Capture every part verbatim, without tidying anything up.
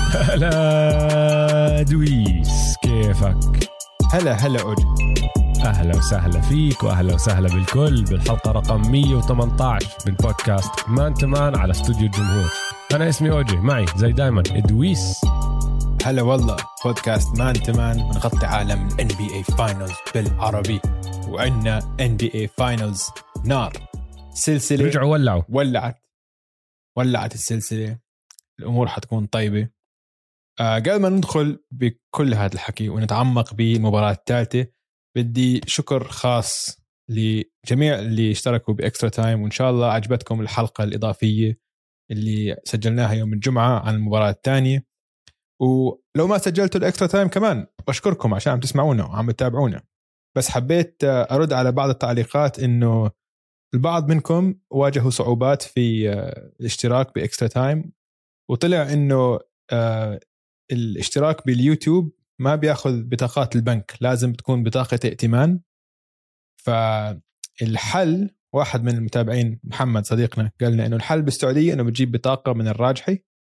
هلا دويس، كيفك؟ هلا هلا أوجي. أهلا وسهلا فيك وأهلا وسهلا بالكل بالحلقة رقم مية وثمانية عشر من بودكاست مان تمان على استوديو الجمهور. أنا اسمي أوجي، معي زي دايما دويس. هلا والله، بودكاست مان تمان بنغطي عالم ال إن بي إيه فاينلز بالعربي، وعندنا إن بي إيه فاينلز نار. سلسلة رجعوا ولعوا ولعت ولعت السلسلة. الأمور حتكون طيبة. آه قبل ما ندخل بكل هذا الحكي ونتعمق بالمباراة الثالثة، بدي شكر خاص لجميع اللي اشتركوا بإكسترا تايم، وإن شاء الله عجبتكم الحلقة الإضافية اللي سجلناها يوم الجمعة عن المباراة الثانية. ولو ما سجلتوا الإكسترا تايم كمان بشكركم عشان عم تسمعونا وعم تتابعونا. بس حبيت أرد على بعض التعليقات إنه البعض منكم واجهوا صعوبات في الاشتراك بإكسترا تايم، وطلع إنه الاشتراك باليوتيوب ما بياخذ بطاقات البنك، لازم تكون بطاقة ائتمان. فالحل، واحد من المتابعين محمد صديقنا قالنا إنه الحل بالسعودية إنه بتجيب بطاقة من الراجحي،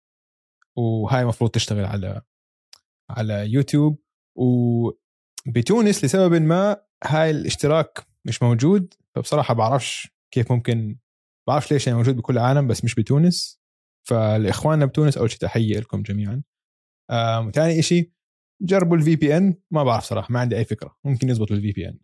وهاي مفروض تشتغل على على يوتيوب. وبتونس لسبب ما هاي الاشتراك مش موجود، فبصراحة بعرفش كيف ممكن، بعرفش ليش يعني موجود بكل العالم بس مش بتونس. فالإخواننا بتونس أول شيء تحية لكم جميعا. آه، ثاني إشي جربوا الفي بي إن، ما بعرف صراحة، ما عندي أي فكرة، ممكن يزبط الفي بي إن.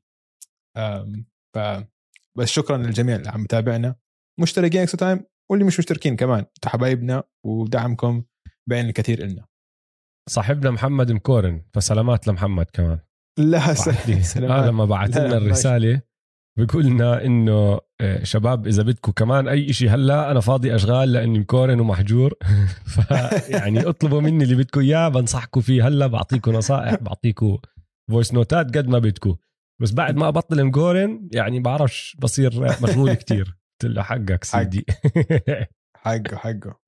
ف بس شكرا للجميع اللي عم تابعنا، مشتركين إكسترا تايم واللي مش مشتركين كمان، حبايبنا ودعمكم بين الكثير إلنا. صاحبنا محمد مكورن، فسلامات لمحمد كمان. لا سلامات. آه لما بعت لنا الرسالة بيقولنا إنه شباب إذا بدكم كمان أي إشي هلا أنا فاضي أشغال لأني مكورن ومحجور فيعني اطلبوا مني اللي بدكم إياه بنصحكم فيه هلا، بعطيكم نصائح، بعطيكم فويس نوتات قد ما بدكم. بس بعد ما أبطل مكورن يعني بعرفش بصير مشغول كتير. قلت له حقك سيدي. حقه حقه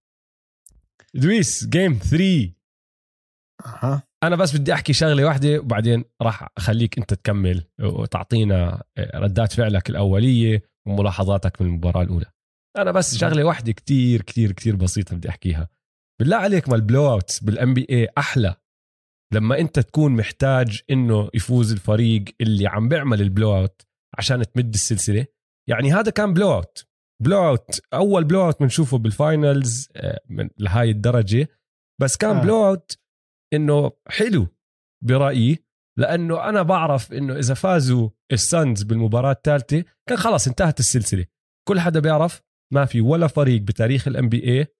دويس جيم ثري. أها. أنا بس بدي أحكي شغلة واحدة وبعدين راح أخليك أنت تكمل وتعطينا ردات فعلك الأولية وملاحظاتك من المباراة الأولى. أنا بس شغلة واحدة كتير كتير كتير بسيطة بدي أحكيها. بالله عليك، ما البلو أوتس بالإن بي إيه أحلى لما أنت تكون محتاج إنه يفوز الفريق اللي عم بيعمل البلو أوت عشان تمد السلسلة. يعني هذا كان بلو أوت بلو أوت أول بلو أوت بنشوفه بالفاينلز من لهاي الدرجة، بس كان آه. بلو أوت إنه حلو برأيي، لأنه أنا بعرف إنه إذا فازوا السانز بالمباراة الثالثة كان خلاص انتهت السلسلة. كل حدا بيعرف ما في ولا فريق بتاريخ ال إن بي إيه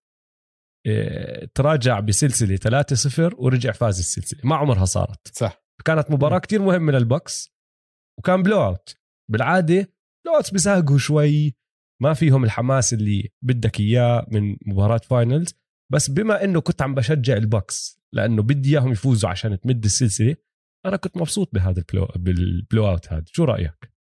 اه تراجع بسلسلة ثلاثة صفر ورجع فاز السلسلة، ما عمرها صارت. صح. كانت مباراة كتير مهمة للبوكس وكان بلو أوت. بالعادة بلو أوتس بيساقوا شوي، ما فيهم الحماس اللي بدك إياه من مباراة فاينلز. بس بما إنه كنت عم بشجع البوكس لأنه بدي إياهم يفوزوا عشان تمد السلسلة، أنا كنت مبسوط بهذا البلو بالبلو أوت هذا. شو رأيك؟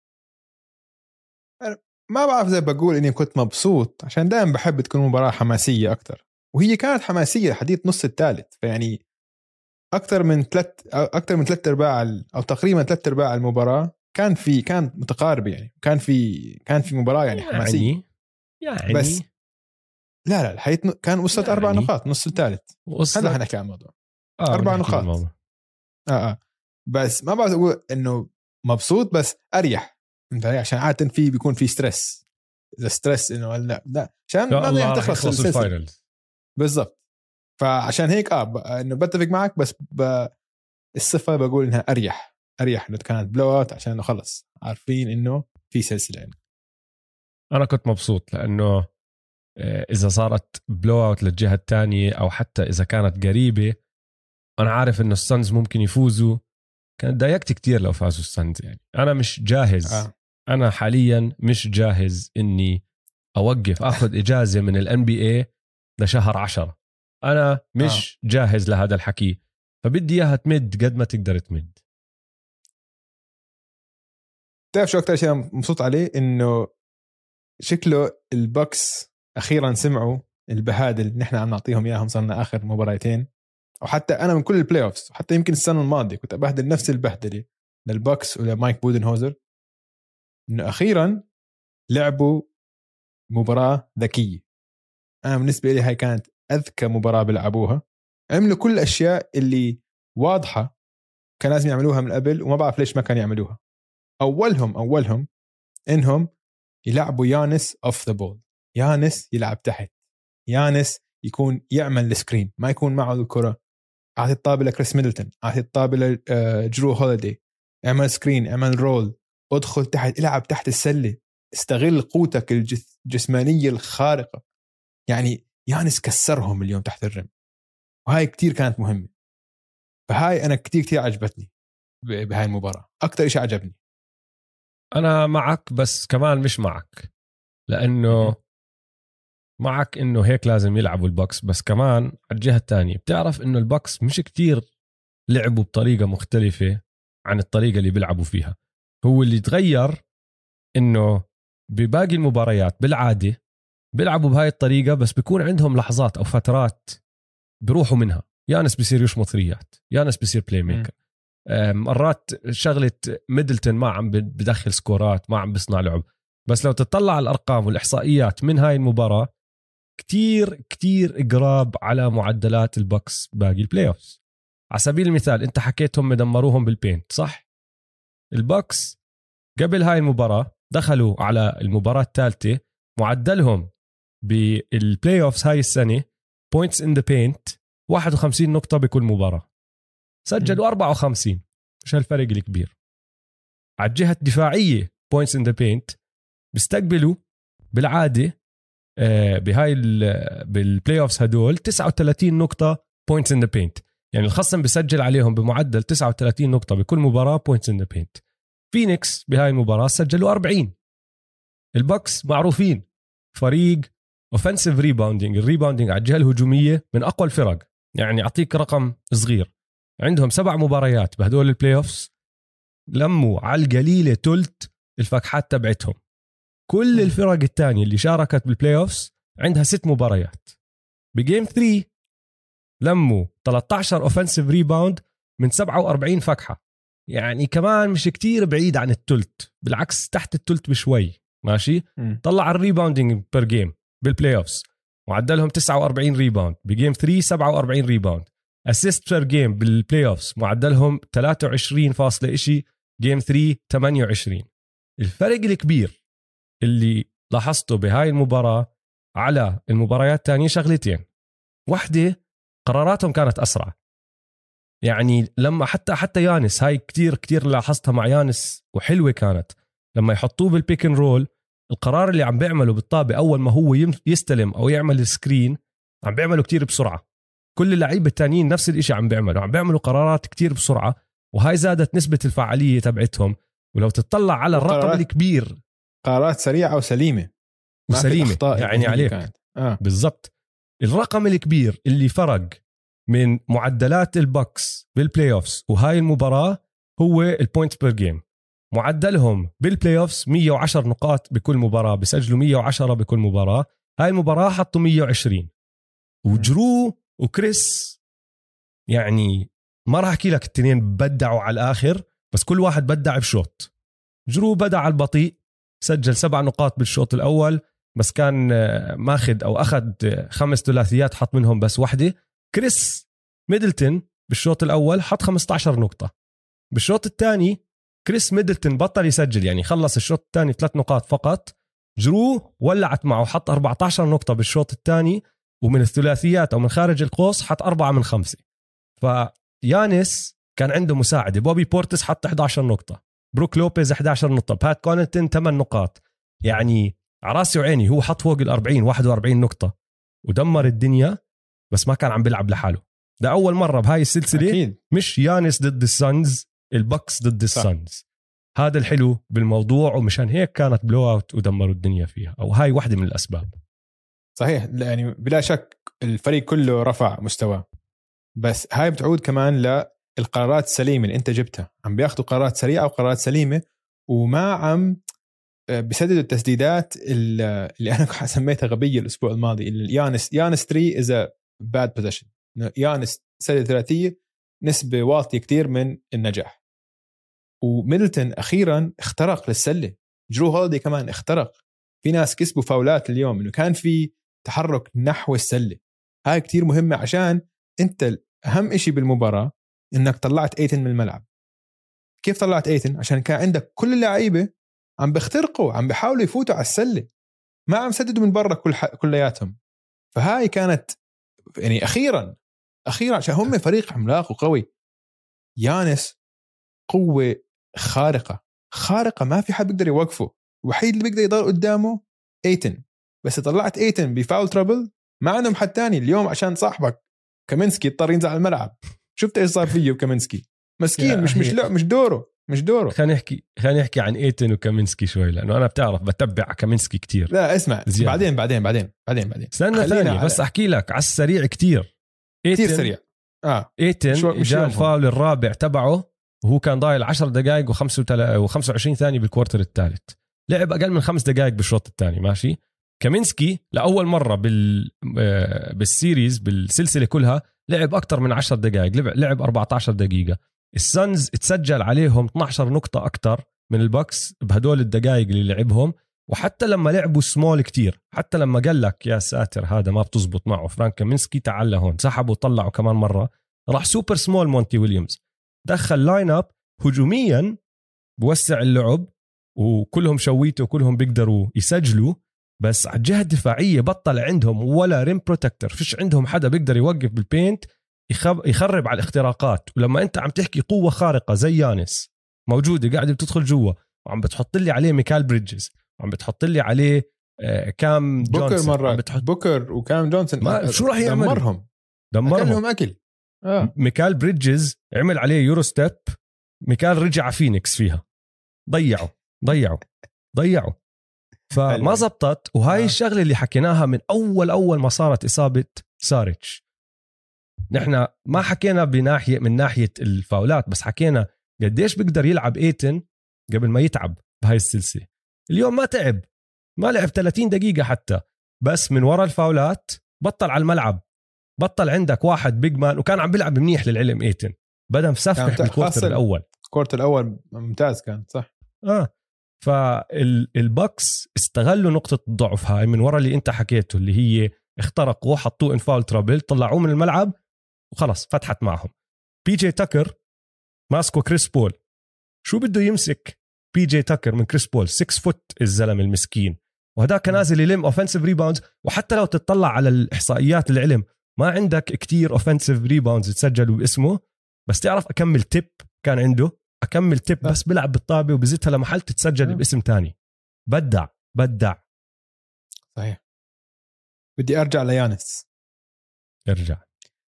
ما بعرف إذا بقول إني كنت مبسوط، عشان دائما بحب تكون مباراة حماسية أكتر، وهي كانت حماسية حديث نص الثالث. فيعني أكتر من ثلاث أكتر من ثلاث أرباع أو تقريبا ثلاث أرباع المباراة كان في كانت متقاربة، يعني كان في كان في مباراة يعني حماسية يعني, يعني بس لا لا الحقيقة كان وصلت يعني أربع نقاط نص الثالث. هذا حنحكي عن الموضوع. آه أربع نقاط الموضوع. آه آه بس ما بعرف أقول إنه مبسوط، بس أريح انت عشان عادة في بيكون في ستريس، إذا ستريس إنه لا لا عشان ما بدنا تخلص الفاينل بالضبط. فعشان هيك آه ب... إنه بتفق معك، بس ب... الصفة بقول إنها أريح أريح إنه كانت بلو أوت عشان إنه خلص عارفين إنه في سلسلة. يعني. أنا كنت مبسوط لأنه إذا صارت بلو أوت للجهة الثانية أو حتى إذا كانت قريبة، أنا عارف إنه السانز ممكن يفوزوا. كانت ضايقت كتير لو فازوا السانز. يعني أنا مش جاهز آه. أنا حاليا مش جاهز إني أوقف أخذ إجازة من ال إن بي إيه لشهر عشرة. أنا مش آه. جاهز لهذا الحكي، فبدي إياها تمد قد ما تقدر تمد. تعرف شو أكتر شيء مبسوط عليه؟ إنه شكله البوكس أخيرا سمعوا البهادل اللي نحن عم نعطيهم إياهم، صرنا آخر مباراتين، وحتى أنا من كل البلاي أوفس، وحتى يمكن السنة الماضية كنت أبهدل نفس البهدلة للبوكس ولمايك بودنهوزر، إنه أخيرا لعبوا مباراة ذكية. أنا بالنسبة لي هاي كانت أذكى مباراة بيلعبوها. عملوا كل الاشياء اللي واضحه كان لازم يعملوها من قبل، وما بعرف ليش ما كانوا يعملوها. اولهم اولهم انهم يلعبوا يانس اوف ذا بول، يانس يلعب تحت، يانس يكون يعمل السكرين، ما يكون معه الكره. اعطي الطابه لكريس ميدلتون، اعطي الطابه لجرو هوليدي، اعمل سكرين، اعمل رول، ادخل تحت، العب تحت السله، استغل قوتك الجسمانيه الخارقه. يعني يانس كسرهم اليوم تحت الرم، وهاي كتير كانت مهمه. فهاي انا كتير كتير عجبتني بهاي المباراه، اكتر شيء عجبني. انا معك بس كمان مش معك، لانه معك انه هيك لازم يلعبوا البوكس، بس كمان على الجهه الثانيه بتعرف انه البوكس مش كتير لعبوا بطريقه مختلفه عن الطريقه اللي بيلعبوا فيها. هو اللي تغير انه بباقي المباريات بالعاده بيلعبوا بهاي الطريقه، بس بيكون عندهم لحظات او فترات بيروحوا منها. يانس بيصير يشمط ثريات، يانس بيصير بلاي ميكر، مرات شغله ميدلتون ما عم بدخل سكورات، ما عم بيصنع لعب. بس لو تطلع على الارقام والاحصائيات من هاي المباراه كتير كتير قراب على معدلات البوكس باقي البلاي اوفز. على سبيل المثال انت حكيتهم مدمروهم بالبينت، صح؟ البوكس قبل هاي المباراه دخلوا على المباراه الثالثه معدلهم بالبلاي اوفز هاي السنه بوينتس ان ذا بينت واحد وخمسين نقطه بكل مباراه، سجلوا أربعة وخمسين، مش هالفرق الكبير. على الجهه الدفاعيه بوينتس ان ذا بينت بيستقبلوا بالعاده بهاي بالبلاي اوفز هدول تسعة وثلاثين نقطه بوينتس ان ذا بينت، يعني الخصم بيسجل عليهم بمعدل تسعة وثلاثين نقطه بكل مباراه بوينتس ان ذا بينت. فينيكس بهاي المباراه سجلوا أربعين. البوكس معروفين فريق اوفنسيف ريباوندينج، الريباوندينج على الجهه الهجوميه من اقوى الفرق. يعني اعطيك رقم صغير، عندهم سبع مباريات بهدول البلاي اوفز لموا على القليله تلت الفكحات تبعتهم. كل الفرق الثانيه اللي شاركت بالبلاي اوفز عندها ست مباريات. بجيم ثلاثة لموا ثلاثة عشر اوفنسيف ريباوند من سبعة وأربعين فكحه، يعني كمان مش كتير بعيد عن التلت، بالعكس تحت التلت بشوي. ماشي. م. طلع على الريباوندينج بير جيم بالبلاي اوفز معدلهم تسعة وأربعين ريباوند، بجيم ثلاثة سبعة وأربعين ريباوند. اسيست بير جيم بالبلاي اوفز معدلهم ثلاثة وعشرين فاصلة إشي، جيم ثلاثة ثمانية وعشرين. الفرق الكبير اللي لاحظته بهاي المباراة على المباريات الثانية شغلتين. واحدة قراراتهم كانت أسرع، يعني لما حتى حتى يانس، هاي كتير كتير لاحظتها مع يانس وحلوة كانت، لما يحطوه بالبيك ان رول القرار اللي عم بيعمله بالطابة أول ما هو يستلم أو يعمل السكرين عم بيعمله كتير بسرعة. كل اللعيبة التانيين نفس الاشي عم بيعملوا، عم بيعملوا قرارات كتير بسرعة، وهاي زادت نسبة الفعالية تبعتهم. ولو تطلع على الرقم الكبير، قرارات سريعة وسليمة وسليمة يعني عليك آه. بالضبط. الرقم الكبير اللي فرق من معدلات البوكس بالبلاي اوفز وهاي المباراة هو البوينت بير جيم. معدلهم بالبلاي اوفز مية وعشرة نقاط بكل مباراة، بسجلوا مية وعشرة بكل مباراة. هاي المباراة حطوا مية وعشرين. وجرو وكريس يعني ما راح احكي لك التنين بدعوا على الاخر، بس كل واحد بدع بشوط. جرو بدع على البطيء، سجل سبع نقاط بالشوط الاول، بس كان ماخد او اخذ خمس ثلاثيات حط منهم بس واحده. كريس ميدلتون بالشوط الاول حط خمسة عشر نقطه. بالشوط الثاني كريس ميدلتون بطل يسجل، يعني خلص الشوط الثاني ثلاث نقاط فقط. جرو ولعت معه، حط أربعة عشر نقطه بالشوط الثاني، ومن الثلاثيات او من خارج القوس حط أربعة من خمسة. فيانس كان عنده مساعده، بوبي بورتس حط إحدى عشرة نقطه، بروك لوبيز إحدى عشرة نقطه، بات كونتن ثمان نقاط. يعني عراسي وعيني هو حط فوق الأربعين واحد وأربعين نقطه ودمر الدنيا، بس ما كان عم بيلعب لحاله. ده اول مره بهاي السلسله أكيد. مش يانس ضد السانز، البكس ضد السانز. هذا الحلو بالموضوع، ومشان هيك كانت بلو اوت ودمروا الدنيا فيها، او هاي واحدة من الاسباب. صحيح، يعني بلا شك الفريق كله رفع مستواه، بس هاي بتعود كمان للقرارات السليمه اللي انت جبتها. عم بياخدوا قرارات سريعه وقرارات سليمه، وما عم بسددوا التسديدات اللي انا سميتها غبيه الاسبوع الماضي. يانس يانس ثلاثة از ا باد بوزيشن. يانس سدد ثلاثيه نسبه واطيه كتير من النجاح. وميدلتون اخيرا اخترق للسله. جرو هولدي كمان اخترق. في ناس كسبوا فاولات اليوم انه كان في تحرك نحو السله. هاي كتير مهمه عشان انت اهم إشي بالمباراة انك طلعت ايتن من الملعب. كيف طلعت ايتن؟ عشان كان عندك كل اللعيبة عم بيخترقوا، عم بيحاولوا يفوتوا على السلة، ما عم سددوا من برا كل ح... كلياتهم. فهاي كانت يعني اخيرا اخيرا عشان هم فريق عملاق وقوي. يانس قوة خارقة خارقة، ما في حد بيقدر يوقفه. الوحيد اللي بيقدر يضل قدامه ايتن. بس طلعت ايتن بفاول ترابل، ما عندهم حد تاني اليوم عشان صاحبك كامينسكي اضطر ينزل على الملعب. شفت ايش صار فيه كامينسكي مسكين، مش مش لا مش دوره مش دوره. خلينا نحكي خلينا نحكي عن ايتن وكامينسكي شوي، لانه انا بتعرف بتبع كامينسكي كتير. لا اسمع زيادة. بعدين بعدين بعدين بعدين بعدين استنى ثانية على... بس احكي لك على السريع كتير. كتير سريع. اه ايتن جاء الفاول الرابع تبعه وهو كان ضايل عشر دقائق وخمسة وعشرين ثانية بالكوارتر الثالث، لعب أقل من خمس دقائق بالشوط الثاني. ماشي. كامينسكي لأول مرة بال بالسيريز بالسلسلة كلها لعب أكتر من عشر دقائق، لعب أربعة عشر دقيقة. السانز تسجل عليهم اثنتي عشرة نقطة أكتر من البوكس بهدول الدقائق اللي لعبهم. وحتى لما لعبوا سمول كتير، حتى لما قال لك يا ساتر هذا ما بتزبط معه فرانك كامينسكي، تعال لهون، سحبوا وطلعوا كمان مرة، راح سوبر سمول مونتي ويليامز دخل لاين اب هجوميا بوسع اللعب، وكلهم شويته وكلهم بيقدروا يسجلوا. بس على الجهة الدفاعية بطل عندهم ولا ريم بروتكتر، فيش عندهم حدا بيقدر يوقف بالبينت يخرب على الاختراقات. ولما انت عم تحكي قوة خارقة زي يانس موجودة قاعدة بتدخل جوا، وعم بتحط لي عليه ميكال بريدجز، وعم بتحط لي عليه كام بوكر مرة بتحط بوكر وكام جونسون، شو راح يعمل؟ دمرهم دمرهم أكلهم أكل. آه. ميكال بريدجز عمل عليه يورو ستيب، ميكال رجع فينيكس فيها، ضيعوا ضيعوا ضيعوا فما زبطت. وهاي آه. الشغلة اللي حكيناها من أول أول ما صارت إصابة ساريتش. نحن ما حكينا بناحية من ناحية الفاولات، بس حكينا قديش بيقدر يلعب ايتن قبل ما يتعب بهاي السلسلة. اليوم ما تعب، ما لعب ثلاثين دقيقة حتى، بس من وراء الفاولات بطل على الملعب، بطل عندك واحد بيج مان. وكان عم بيلعب منيح للعلم ايتن، بدأ مسفح بالكورتر الأول. الكورتر الأول ممتاز كان صح. آه فالباكس استغلوا نقطة الضعف هاي من وراء اللي انت حكيته، اللي هي اخترقوا حطوه انفاول ترابل، طلعوه من الملعب وخلص فتحت معهم. بي جي تاكر ماسكو كريس بول، شو بده يمسك بي جي تاكر من كريس بول؟ ستة فوت الزلم المسكين، وهداك نازل يلم اوفنسيف ريباوندز. وحتى لو تطلع على الاحصائيات العلم ما عندك كتير اوفنسيف ريباوندز تسجلوا باسمه، بس تعرف اكمل تيب كان عنده، اكمل تيب بس بلعب بالطابه وبزتها لمحل تتسجل باسم تاني. بدع بدع صحيح. بدي ارجع ليانس. ارجع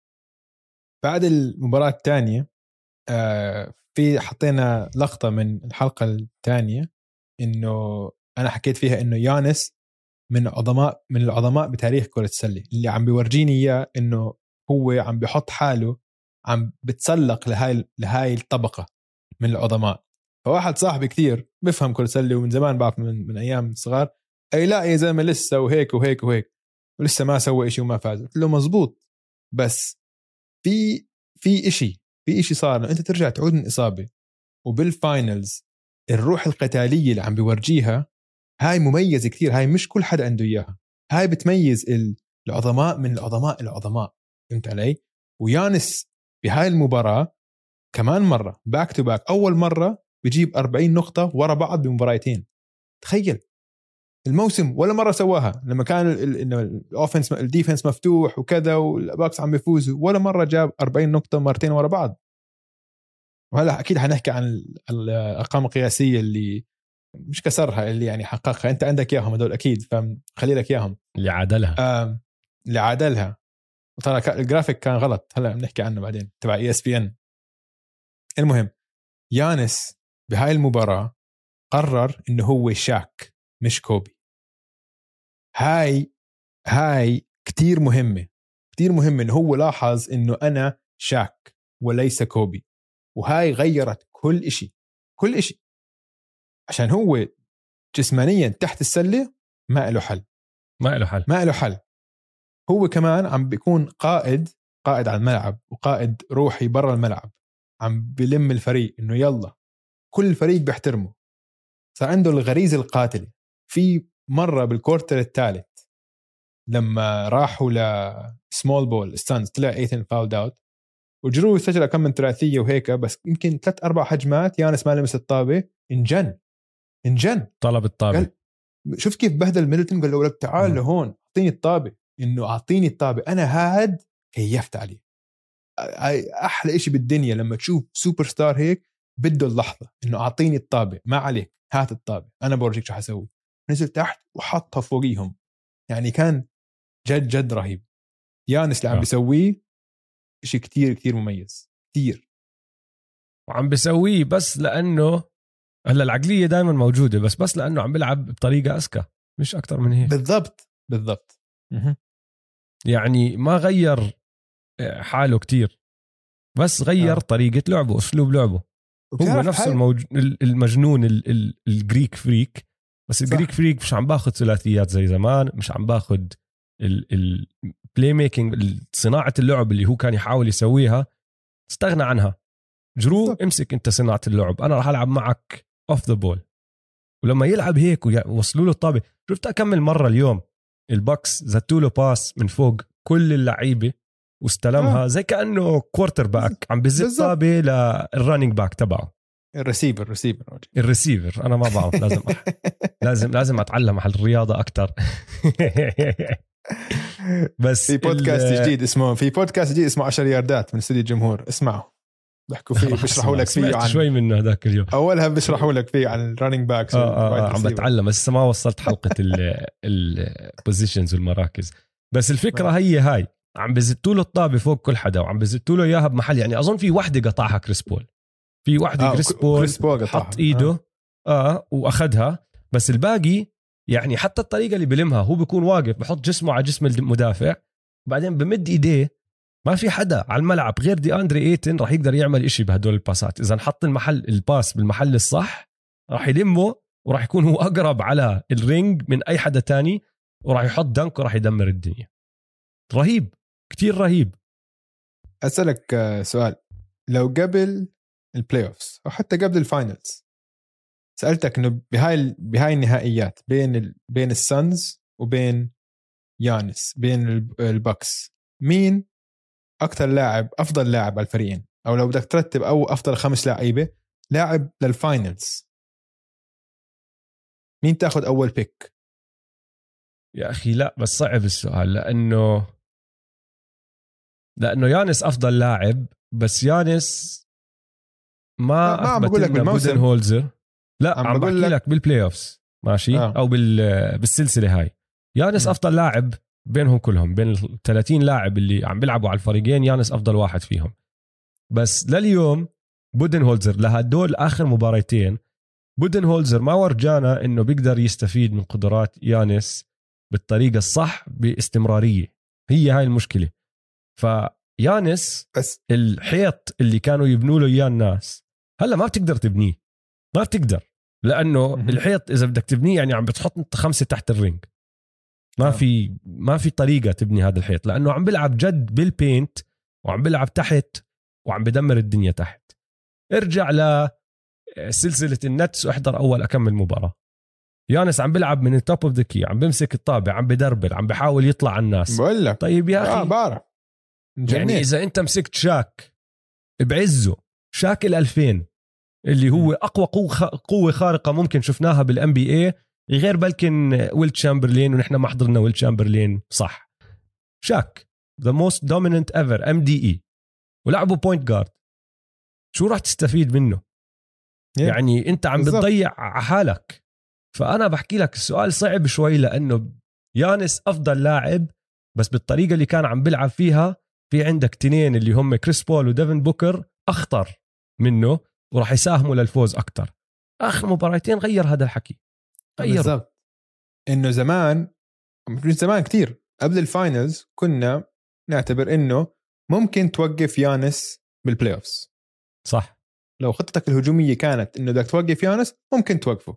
بعد المباراة الثانية آه في حطينا لقطة من الحلقة الثانية إنه أنا حكيت فيها إنه يانس من عظماء من العظماء بتاريخ كرة السلة، اللي عم بيورجيني إياه إنه هو عم بيحط حاله عم بتسلق لهاي لهاي الطبقة من العظماء. فواحد صاحبي كتير بفهم كرة سلة ومن زمان بعرف من, من أيام صغار، أي لا يا زلمة لسه وهيك وهيك وهيك ولسه ما سوى إشي وما فاز. قلت له مزبوط، بس في في إشي في إشي صار إنه أنت ترجع تعود من إصابة وبالفاينلز الروح القتالية اللي عم بيورجيها هاي مميزة كتير. هاي مش كل حدا عنده إياها، هاي بتميز العظماء من العظماء العظماء. فهمت علي؟ ويانس بهاي المباراة كمان مرة باك تو باك، أول مرة بيجيب أربعين نقطة ورا بعض بمباراتين. تخيل الموسم ولا مرة سواها لما كان الأوفنس الديفنس مفتوح وكذا والباكس عم بيفوزوا، ولا مرة جاب أربعين نقطة مرتين ورا بعض. وهلا أكيد حنحكي عن الأرقام القياسية اللي مش كسرها، اللي يعني حققها. أنت عندك إياهم هدول أكيد، فخلي لك إياهم اللي عادلها آه اللي عادلها. وطلع الجرافيك كان غلط، هلا بنحكي عنه بعدين تبع إي إس بي إن. المهم يانس بهاي المباراة قرر إنه هو شاك مش كوبي. هاي هاي كتير مهمة كتير مهمة إنه هو لاحظ إنه أنا شاك وليس كوبي، وهاي غيرت كل إشي كل إشي. عشان هو جسمانيا تحت السلة ما له حل ما له حل ما له حل. هو كمان عم بيكون قائد قائد على الملعب وقائد روحي برا الملعب، عم بلم الفريق إنه يلا كل الفريق بيحترمه. صار عنده الغريزة القاتلة. في مرة بالكورتر الثالث لما راحوا سمول بول السانز طلع ايثن فاولد اوت وجرو سجل كم من ثلاثيه وهيك بس يمكن ثلاث اربع هجمات يانس ما لمس الطابه انجن انجن طلب الطابه. شوف كيف بهدل ميدلتون قال له تعال لهون اعطيني الطابه انه اعطيني الطابه انا هاد كيفت عليه. احلى إشي بالدنيا لما تشوف سوبر ستار هيك بده اللحظه انه اعطيني الطابه ما عليك هات الطابه انا بورجيك شو حسوي. نزل تحت وحطها فوقيهم يعني كان جد جد رهيب. يانس اللي عم بيسويه إشي كتير كتير مميز كتير وعم بيسويه بس لانه هلا العقليه دائما موجوده بس بس لانه عم بيلعب بطريقه اذكى مش اكتر من هيك. بالضبط بالضبط يعني ما غير حاله كتير بس غير آه. طريقه لعبه اسلوب لعبه. هو نفس الموج... المجنون ال... ال... الجريك فريك بس الجريك صح. فريك مش عم باخد ثلاثيات زي زمان مش عم باخد البلاي ميكينج صناعه اللعب اللي هو كان يحاول يسويها استغنى عنها. جرو صح. امسك انت صناعه اللعب انا راح العب معك اوف ذا بول. ولما يلعب هيك ووصلوا له الطابه شفت اكمل مره اليوم الباكس زتوا له باس من فوق كل اللعيبه واستلمها آه. زي كانه كوارتر باك عم بزت طابه للرننج باك تبعه الريسيفر الريسيفر الريسيفر انا ما بعرف لازم أح... لازم لازم اتعلم على الرياضه اكتر. بس في بودكاست ال... جديد اسمه في بودكاست جديد اسمه عشر ياردات من استوديو الجمهور اسمه بحكوا فيه بيشرحوا لك فيه عن شوي منه هذاك اليوم اولها بيشرحوا لك فيه عن الرننج باكس. آه آه عم بتعلم بس ما وصلت حلقه البوزيشنز والمراكز. بس الفكره هي هاي عم بزتوا له الطابه فوق كل حدا وعم بزتوا له اياها بمحل يعني اظن في وحده قطعها كريس بول في وحده آه كريس بول, كريس بول حط ايده اه, آه واخذها. بس الباقي يعني حتى الطريقه اللي بلمها هو بيكون واقف بحط جسمه على جسم المدافع بعدين بمد ايديه ما في حدا على الملعب غير دي أندري ايتن راح يقدر يعمل إشي بهدول الباسات. اذا نحط المحل الباس بالمحل الصح راح يلمه وراح يكون هو اقرب على الرينج من اي حدا تاني وراح يحط دنك وراح يدمر الدنيا. رهيب كتير رهيب. أسألك سؤال لو قبل البلاي اوفز أو حتى قبل الفاينلز سألتك إنه بهاي بهاي النهائيات بين ال... بين السانز وبين يانس بين الباكس مين أكتر لاعب أفضل لاعب على الفريقين أو لو بدك ترتب أو أفضل خمس لاعيبة لاعب للفاينلز مين تأخذ أول بيك؟ يا أخي لا بس صعب السؤال لأنه لأنه يانس أفضل لاعب بس يانس ما ما عم بقول لك بالموسم هولزر لا عم, عم بحكي لك, لك بالبلاي اوفز ماشي آه. أو بالسلسلة هاي يانس م. أفضل لاعب بينهم كلهم بين ال ثلاثين لاعب اللي عم بيلعبوا على الفريقين يانس أفضل واحد فيهم. بس لليوم بودن هولزر لهدول آخر مباراتين بودن هولزر ما ورجانا إنه بيقدر يستفيد من قدرات يانس بالطريقة الصح باستمرارية. هي هاي المشكلة. فيانس بس الحيط اللي كانوا يبنوا له إياه الناس هلا ما بتقدر تبنيه ما بتقدر لأنه م- الحيط إذا بدك تبنيه يعني عم بتحط انت خمسة تحت الرينج ما في ما في طريقة تبني هذا الحيط لأنه عم بلعب جد بالبينت وعم بلعب تحت وعم بدمر الدنيا تحت. ارجع لسلسلة النتس واحضر أول أكمل مباراة يانس عم بلعب من التوب اوف ذا كي عم بمسك الطابع عم بدربل عم بحاول يطلع على الناس. بقول لك طيب يا أخي آه بعرف يعني إذا أنت مسكت شاك بعزه شاك الألفين اللي هو أقوى قوة خارقة ممكن شفناها بالان بي اي غير بلكن ويل تشامبرلين ونحن ما حضرنا ويل تشامبرلين صح. شاك the most dominant ever ام دي اي ولعبوا بوينت جارد شو راح تستفيد منه؟ yeah. يعني انت عم بالضبط. بتضيع على حالك. فانا بحكي لك السؤال صعب شوي لانه يانس افضل لاعب بس بالطريقة اللي كان عم بيلعب فيها في عندك تنين اللي هم كريس بول وديفن بوكر اخطر منه وراح يساهموا للفوز اكتر. اخر مباراتين غير هذا الحكي غير بالضبط. انه زمان مش زمان كتير قبل الفاينلز كنا نعتبر انه ممكن توقف يانس بالبلاي اوفز صح. لو خطتك الهجوميه كانت انه بدك توقف يانس ممكن توقفه.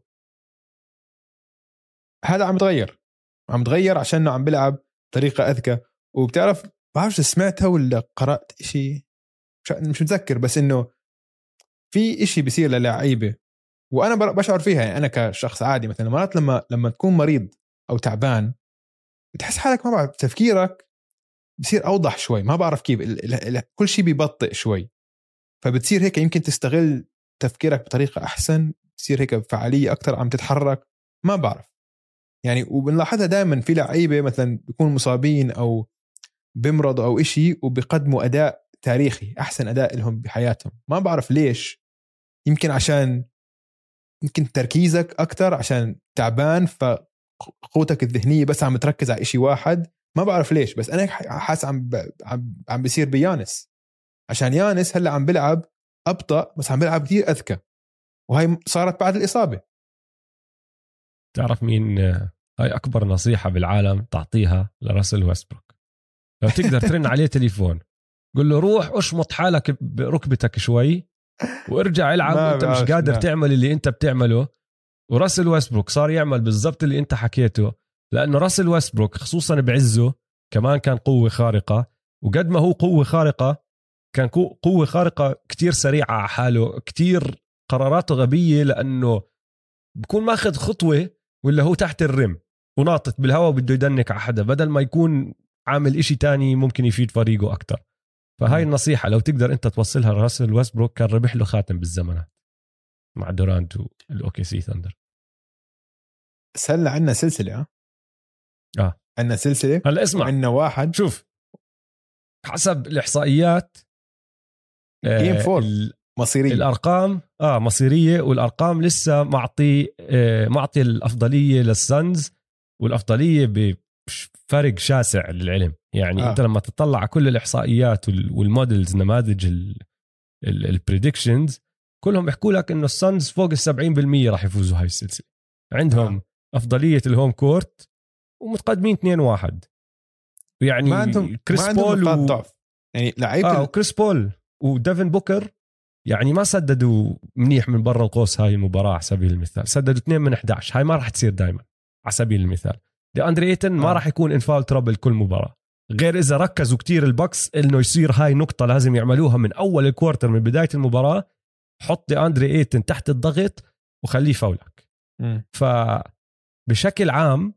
هذا عم يتغير عم يتغير عشانه عم بلعب طريقه اذكى. وبتعرف بعرفش سمعتها ولا قرات إشي مش متذكر بس انه في إشي بيصير للاعيبه وانا بشعر فيها يعني انا كشخص عادي مثلا مرات لما لما تكون مريض او تعبان بتحس حالك ما بعرف تفكيرك بصير أوضح شوي، ما بعرف كيف ال ال ال كل شيء بيبطئ شوي، فبتصير هيك يمكن تستغل تفكيرك بطريقة أحسن، تصير هيك بفعالية أكتر، عم تتحرك، ما بعرف يعني. وبنلاحظها دائما في لعيبة مثلا بيكونوا مصابين أو بمرضوا أو إشي وبيقدموا أداء تاريخي، أحسن أداء لهم بحياتهم، ما بعرف ليش. يمكن عشان يمكن تركيزك أكتر، عشان تعبان فقوتك الذهنية بس عم تركز على إشي واحد، ما بعرف ليش. بس أنا حاس عم ب... عم عم بيصير بيانس، عشان يانس هلا عم بلعب أبطأ بس عم بلعب كتير أذكى، وهي صارت بعد الإصابة. تعرف مين هاي أكبر نصيحة بالعالم تعطيها لراسل ويستبروك؟ لو تقدر ترن عليه تليفون قل له روح اشمط حالك بركبتك شوي وارجع العب وانت مش قادر نا. تعمل اللي انت بتعمله. وراسل ويستبروك صار يعمل بالضبط اللي انت حكيته، لأنه راسل ويستبروك خصوصا بعزه كمان كان قوة خارقة، وقد ما هو قوة خارقة كان قوة خارقة كتير سريعة على حاله، كتير قراراته غبية، لأنه بكون ماخذ خطوة ولا هو تحت الرم وناطط بالهواء بده يدنك على حدا، بدل ما يكون عامل إشي تاني ممكن يفيد فريقه أكتر. فهاي النصيحة لو تقدر أنت توصلها لراسل ويستبروك، كان ربح له خاتم بالزمانات مع دورانت والأوكي سي ثاندر. بس هلا عندنا سلسلة اه عندنا سلسلة هلا اسمع، عندنا واحد شوف حسب الإحصائيات جيم فور آه مصيرية، الأرقام آه مصيرية، والأرقام لسه معطي آه معطي الأفضلية للسانز، والأفضلية بفرق شاسع للعلم يعني. آه. أنت لما تطلع على كل الإحصائيات والمودلز، نماذج البريدكشنز، كلهم يحكوا لك إنه السانز فوق السبعين بالمية راح يفوزوا هاي السلسلة، عندهم آه. أفضلية الهوم كورت ومتقدمين اثنين واحد، يعني ما عندهم كريس ما عندهم بول و... ضعف يعني لعيبة آه وكريس بول وديفن بوكر يعني ما سددوا منيح من برا القوس هاي المباراة. على سبيل المثال سددوا اثنين من إحدى عشر، هاي ما راح تصير دايما. على سبيل المثال دي أندري إيتن ما آه. راح يكون إنفاول ترابل كل مباراة، غير إذا ركزوا كتير البكس إنه يصير هاي نقطة لازم يعملوها من أول الكوارتر من بداية المباراة، حط دي أندري إيتن تحت الضغط وخليه فاولك. م. فبشكل عام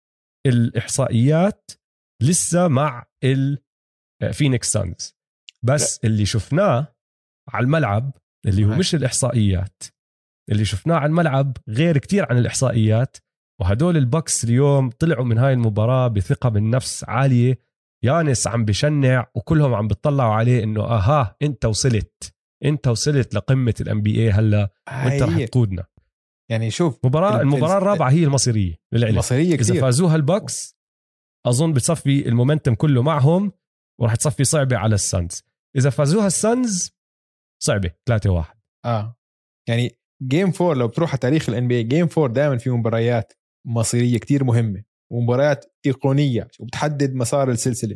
الإحصائيات لسه مع الفينيكس سانز، بس اللي شفناه على الملعب اللي هو مش الإحصائيات، اللي شفناه على الملعب غير كتير عن الإحصائيات. وهدول البكس اليوم طلعوا من هاي المباراة بثقة بالنفس عالية، يانس عم بشنع وكلهم عم بيطلعوا عليه إنه آها أنت وصلت أنت وصلت لقمة الام بي اي هلا وأنت رح تقودنا. يعني شوف مباراة المباراة الرابعة هي المصيرية للعلم، المصيرية كتير. إذا فازوها البكس أظن بتصفي المومنتم كله معهم ورح تصفي صعبة على السانز. إذا فازوها السانز صعبة ثلاثة واحد. آه يعني جيم فور لو بتروح على تاريخ الان بي اي، جيم فور دائما في مباريات مصيرية كتير مهمة ومباريات إيقونية وبتحدد مسار السلسلة.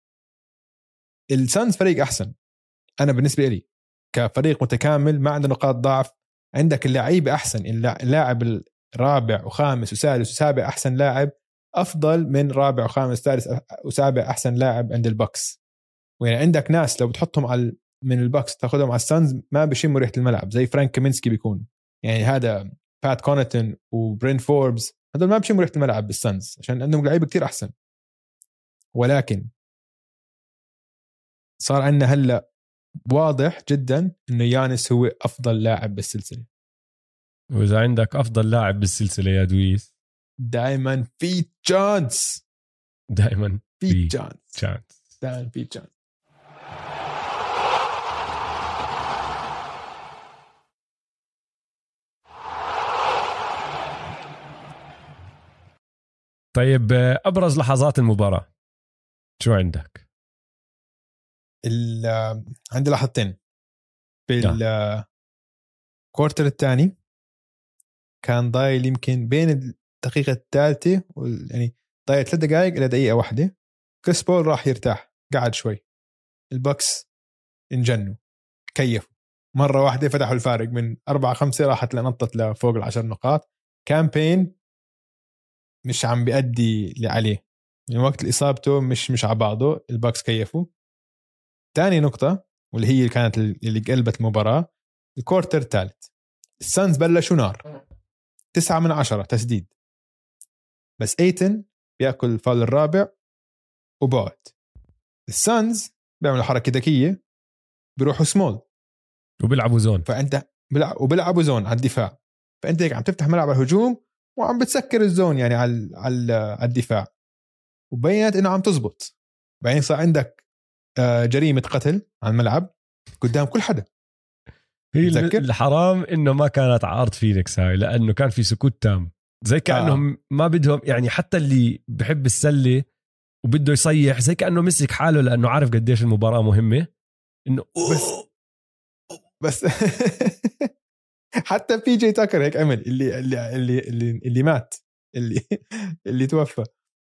السانز فريق أحسن، أنا بالنسبة لي كفريق متكامل ما عنده نقاط ضعف، عندك اللعيبة أحسن، اللاعب الرابع وخامس وسادس وسابع أحسن لاعب أفضل من رابع وخامس سادس وسابع أحسن لاعب عند البكس. ويعني عندك ناس لو بتحطهم على من البكس تاخدهم على السانز ما بيشموا ريحة الملعب، زي فرانك كامينسكي بيكون، يعني هذا بات كونتن وبرين فوربس، هذول ما بيشموا ريحة الملعب بالسانز عشان عندهم لعيبة كتير أحسن. ولكن صار عندنا هلأ واضح جدا إنه يانس هو أفضل لاعب بالسلسلة. وإذا عندك أفضل لاعب بالسلسلة يا دويس دائما في تشانس، دائما في تشانس، تشانس دائما في تشانس. طيب أبرز لحظات المباراة شو عندك؟ عندي لحظتين بالكورتر الثاني، كان ضايل يمكن بين الدقيقة الثالثة يعني ضايل ثلاث دقائق إلى دقيقة واحدة، كريس بول راح يرتاح قعد شوي، البكس انجنوا كيفوا مرة واحدة فتحوا الفارق من أربعة خمسة راحت لنطت لفوق العشر نقاط. كامبين مش عم بيأدي اللي عليه من وقت الإصابته، مش مش على بعضه، الباكس كيفوا. تاني نقطة واللي هي كانت اللي قلبت المباراة، الكورتر الثالث السانز بلشوا نار، تسعة من عشرة تسديد، بس ايتن بيأكل الفاول الرابع وبعد السانز بيعملوا حركه ذكيه بيروحوا سمول وبيلعبوا زون، فانت بلعب وبيلعبوا زون على الدفاع، فانت هيك عم تفتح ملعب الهجوم وعم بتسكر الزون يعني على على الدفاع، وبينت انه عم تزبط. بعدين صار عندك جريمه قتل على الملعب قدام كل حدا. هي تذكر؟ الحرام انه ما كانت عارض فينيكس هاي، لانه كان في سكوت تام، زي كانهم آه. ما بدهم يعني، حتى اللي بحب السله وبده يصيح زي كانه مسك حاله لانه عارف قديش المباراه مهمه، انه بس بس حتى بي جي تاكر هيك عمل، اللي اللي اللي اللي, اللي مات اللي اللي توفى.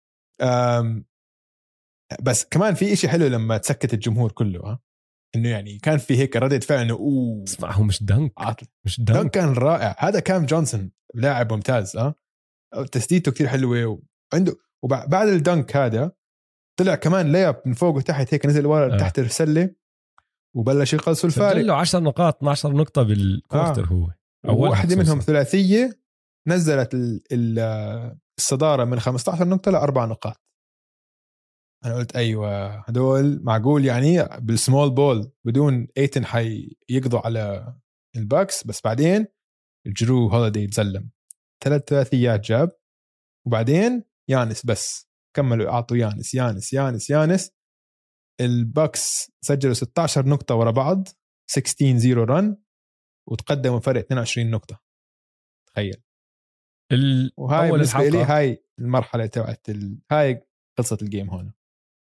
أم بس كمان في إشي حلو لما تسكت الجمهور كله، ها انه يعني كان في هيك ردة فعل انه اوه اسمع، هو مش دنك عطل. مش دنك. دنك كان رائع. هذا كام جونسون لاعب ممتاز، اه تسديدته كتير حلوه، وعنده وبعد الدنك هذا طلع كمان لياب من فوق وتحت هيك، نزل ورا آه. تحت السله وبلش يقلصوا الفارق. سجل له عشر نقاط اثناشر نقطه بالكوارتر. آه. هو اول واحده منهم ثلاثيه نزلت الصداره من خمسة عشر نقطه لاربع نقاط. انا قلت ايوه هدول معقول يعني بالسمول بول بدون ايتن حي يقضوا على الباكس. بس بعدين الجرو هوليدي تزلم ثلاث ثلاثيات جاب، وبعدين يانس بس كملوا اعطوا يانس يانس يانس يانس. الباكس سجلوا ستة عشر نقطه ورا بعض، ستة عشر زيرو رن، وتقدموا فرق اثنين وعشرين نقطه. تخيل. ال... وهاي بالنسبه لي هاي المرحله تبعت ال... هاي قصه الجيم هون.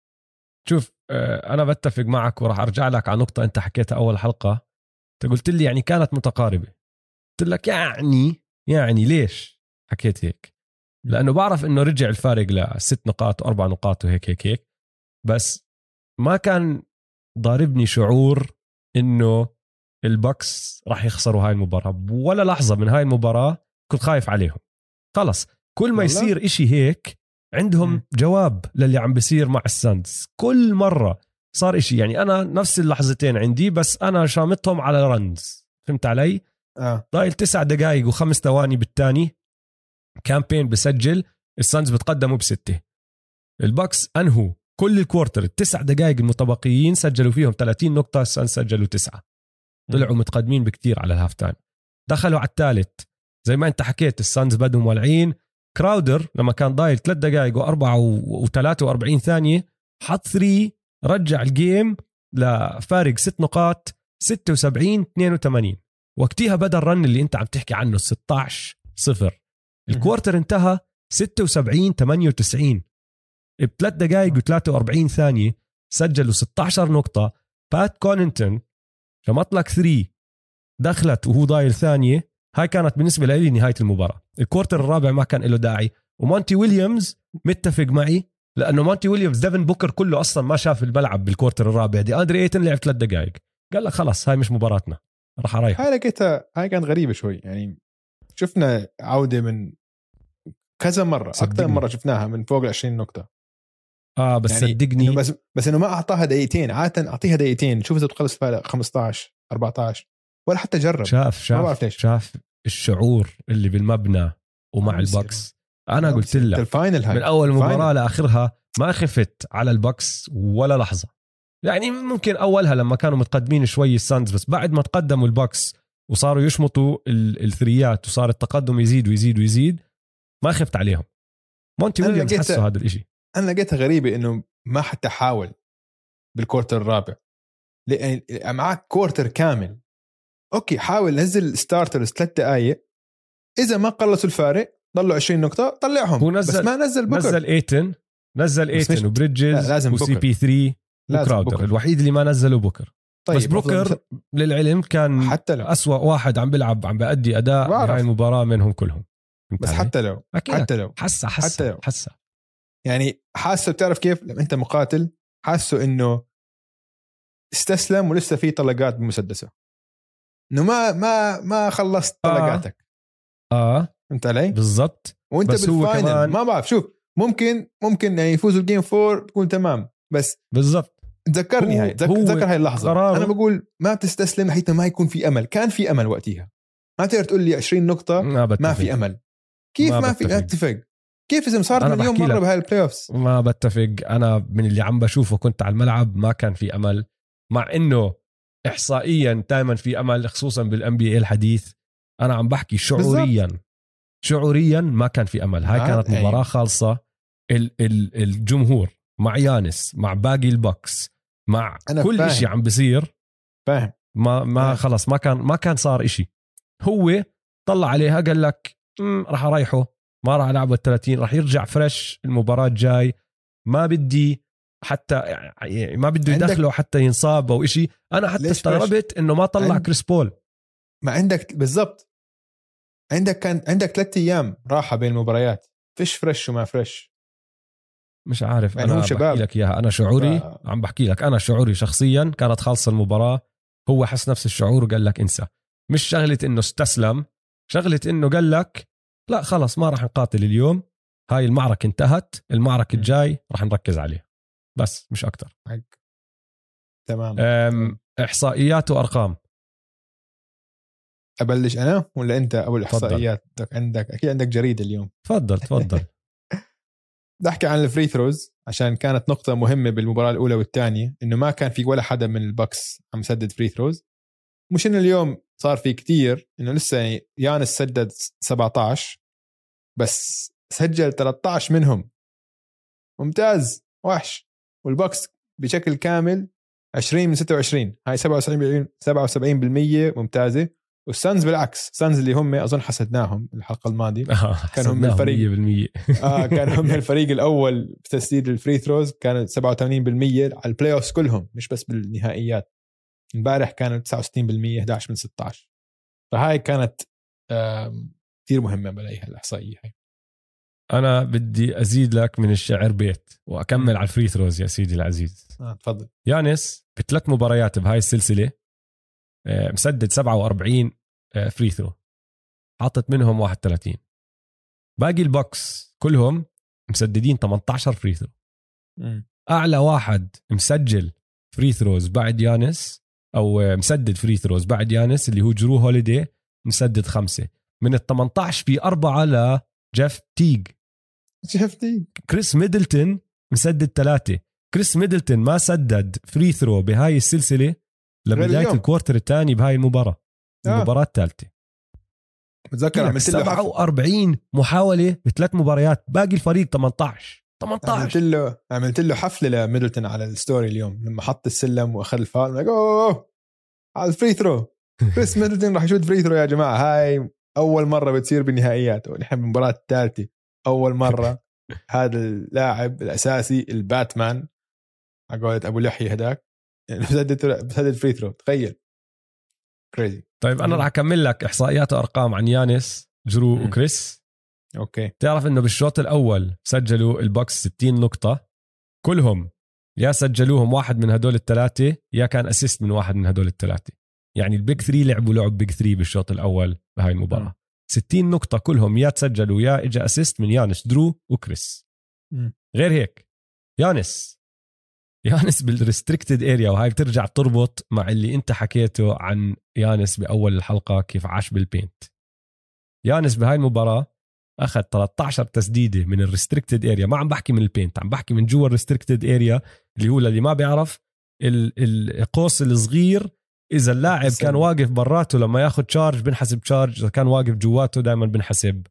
شوف أنا بتفق معك، وراح أرجع لك على نقطة أنت حكيتها أول حلقة. أنت قلت لي يعني كانت متقاربة، قلت لك يعني يعني ليش حكيت هيك؟ لأنه بعرف إنه رجع الفارق لست نقاط وأربع نقاط وهيك هيك هيك، بس ما كان ضاربني شعور إنه البكس راح يخسروا هاي المباراة. ولا لحظة من هاي المباراة كنت خايف عليهم. خلص كل ما يصير إشي هيك عندهم م. جواب للي عم بيصير مع الساندز. كل مرة صار إشي يعني أنا نفس اللحظتين عندي، بس أنا شامتهم على رنز. فهمت علي؟ آه. ضايل تسع دقائق وخمس ثواني بالتاني كامبين بسجل، الساندز بتقدموا بستة. الباكس أنهوا كل الكوارتر التسع دقائق المتبقيين سجلوا فيهم ثلاثين نقطة، الساندز سجلوا تسعة، طلعوا متقدمين بكتير على الهاف تايم. دخلوا على الثالث زي ما أنت حكيت، الساندز بدهم مولعين. كراودر لما كان ضايل ثلاث دقائق وأربعة وثلاثة وأربعين ثانية حط ثري، رجع الجيم لفارق ست نقاط، ستة وسبعين اثنين وثمانين. وقتها بدأ الرن اللي انت عم تحكي عنه ستة عشر صفر. الكوارتر انتهى ستة وسبعين ثمانية وتسعين. بثلاث دقائق وثلاثة وأربعين ثانية سجلوا ستة عشر نقطة. بات كونينتون شمط لك ثري دخلت وهو ضايل ثانية. هاي كانت بالنسبة لي نهاية المباراة. الكوارتر الرابع ما كان له داعي. ومونتي ويليامز متفق معي، لأنه مونتي ويليامز ديفن بوكر كله أصلا ما شاف الملعب بالكوارتر الرابع دي. أندري ايتن لعب ثلاث دقائق، قال لك خلاص هاي مش مباراتنا، راح أريح. هاي لقيتها هاي كانت غريبة شوي يعني. شفنا عودة من كذا مرة، أكثر مرة شفناها من فوق عشرين نقطة. آه بس يعني صدقني إنه بس بس إنه ما أعطاها دقيقتين. عادة أعطيها دقيقتين شوف إذا تخلص فارق خمسة عشر أربعة عشر، ولا حتى جرب. شاف شاف شاف الشعور اللي بالمبنى ومع البوكس. أنا قلت لك من أول مباراة لآخرها ما خفت على البوكس ولا لحظة. يعني ممكن أولها لما كانوا متقدمين شوي الساندز، بس بعد ما تقدموا البوكس وصاروا يشمطوا الثريات وصار التقدم يزيد ويزيد ويزيد ما خفت عليهم. مونتي ويليامز حسوا هذا الاشي. أنا لقيتها غريبة إنه ما حتى حاول بالكورتر الرابع، لأن معك كورتر كامل. أوكي حاول نزل ستارترز ثلاث دقايق، إذا ما قلصوا الفارق ضلوا عشرين نقطة طلعهم. بس ما نزل بوكر. نزل ايتن نزل ايتن وبريدجز وسي بي ثري وكراودر. بوكر. الوحيد اللي ما نزله بوكر. طيب بس بوكر للعلم كان حتى لو. أسوأ واحد عم بلعب عم بأدي أداء هاي المباراة منهم كلهم. بس حتى لو حتى لو حسه حسه حسه يعني حاسه. بتعرف كيف لما أنت مقاتل حاسه إنه استسلم ولسه في طلقات بمسدسه، إنه ما ما ما خلصت طلقاتك. آه, آه. فهمت علي؟ بالضبط. وانت بالفاينل كمان... ما بعرف. شوف ممكن ممكن يعني يفوزوا الجيم فور تكون تمام، بس بالضبط تذكرني هاي تذكر هاي اللحظة قراره. أنا بقول ما بتستسلم حتى ما يكون في أمل. كان في أمل وقتها. ما تقدر تقول لي عشرين نقطة ما, ما في أمل. كيف ما, ما في اتفق؟ كيف إذا صارت مليون مرة بهاي البلاي أوفس؟ ما بتفق. أنا من اللي عم بشوفه كنت على الملعب ما كان في أمل، مع إنه إحصائيا دائما في أمل خصوصا بالان بي اي الحديث. أنا عم بحكي شعوريا بالزبط. شعوريا ما كان في أمل. هاي كانت مباراة أيوة. خالصة. ال- ال- الجمهور مع يانس مع باقي البوكس مع كل فاهم. إشي عم بصير فاهم ما ما فاهم. خلص ما كان ما كان صار إشي. هو طلع عليها قال لك راح أريحه، ما راح ألعبه الثلاثين، راح يرجع فريش المباراة الجاي، ما بدي حتى يعني ما بده يدخله حتى ينصاب أو إشي. أنا حتى استغربت إنه ما طلع عند... كريس بول. ما عندك بالضبط، عندك كان عندك ثلاثة أيام راحة بين المباريات، فيش فريش وما فريش. مش عارف أنا بحكي لك إياها. أنا شعوري ف... عم بحكي لك أنا شعوري شخصيا كانت خالصة المباراة. هو حس نفس الشعور وقال لك انسى. مش شغلة إنه استسلم، شغلة إنه قال لك لا خلص ما راح نقاتل اليوم، هاي المعركة انتهت، المعركة الجاي راح نركز عليها بس مش أكتر. تمام. إحصائيات وأرقام. أبلش أنا ولا أنت أول إحصائيات؟ عندك أكيد عندك جريدة اليوم. تفضل تفضل. بدي أحكي عن الفري ثروز عشان كانت نقطة مهمة بالمباراة الأولى والثانية، إنه ما كان في ولا حدا من البوكس عم سدد فري ثروز. مش إنه اليوم صار في كتير، إنه لسه يعني يانس سدد سبعة عشر بس سجل ثلاثة عشر منهم، ممتاز وحش. والبوكس بشكل كامل عشرين من ستة وعشرين، هاي سبعة وسبعين بالمية ممتازة. والسانز بالعكس، سانز اللي هم أظن حسدناهم الحلقة الماضية آه كانوا هم الفريق مية بالمية. آه كانوا هم الفريق الأول بتسديد الفري ثروز، كانت سبعة وثمانين بالمية على البلاي أوفس كلهم مش بس بالنهائيات. امبارح كانت تسعة وستين بالمية، إحدى عشر من ستة عشر. فهاي كانت كثير مهمة بلاقيها الإحصائية هاي. أنا بدي أزيد لك من الشعر بيت وأكمل م. على الفري ثروز يا سيدي العزيز. آه، تفضل. يانس بثلاث مباريات بهاي السلسلة مسدد سبعة وأربعين فري ثرو، حاطت منهم واحد وثلاثين. باقي البوكس كلهم مسددين ثمانية عشر فري ثرو. أعلى واحد مسجل فري ثروز بعد يانس أو مسدد فري ثروز بعد يانس اللي هو جرو هوليدي، مسدد خمسة من ال ثمانية عشر في أربعة لجيف تيج. جيف تيج. كريس ميدلتون مسدد ثلاثة. كريس ميدلتون ما سدد فري ثرو بهاي السلسلة لبداية الكوارتر الثاني بهاي المباراة. آه. المباراة الثالثة بتذكر عملت له سبعة وأربعين محاولة بثلاث مباريات، باقي الفريق ثمانية عشر ثمانية عشر. عملت له عملت له حفلة لميدلتون على الستوري اليوم لما حط السلم واخذ الفاول. اوه على الفري ثرو. كريس ميدلتون راح يشوت فري ثرو يا جماعة. هاي أول مرة بتصير بالنهائيات، ونحن بالمباراة الثالثة أول مرة هذا اللاعب الأساسي الباتمان عقولة أبو لحية هداك بسدد بسدد فري ثرو. تخيل كريزي. طيب أنا راح أكمل لك إحصائيات وأرقام عن يانس جرو م. وكريس. أوكي. تعرف إنه بالشوط الأول سجلوا البوكس ستين نقطة، كلهم يا سجلوهم واحد من هدول الثلاثة يا كان أسيست من واحد من هدول الثلاثة. يعني البيج ثري لعبوا لعب بيج ثري بالشوط الأول بهاي المباراة. م. ستين نقطة كلهم يا تسجلوا يا إجا أسيست من يانس درو وكريس. م. غير هيك يانس يانس بالريستريكتد اريا، وهاي بترجع تربط مع اللي انت حكيته عن يانس بأول الحلقة كيف عاش بالبينت. يانس بهاي المباراة أخذ ثلاثة عشر تسديدة من الريستريكتد اريا، ما عم بحكي من البينت، عم بحكي من جوا الريستريكتد اريا اللي هو اللي ما بيعرف القوس الصغير. إذا اللاعب كان واقف براته لما ياخد شارج بنحسب شارج، إذا كان واقف جواته دائما بنحسب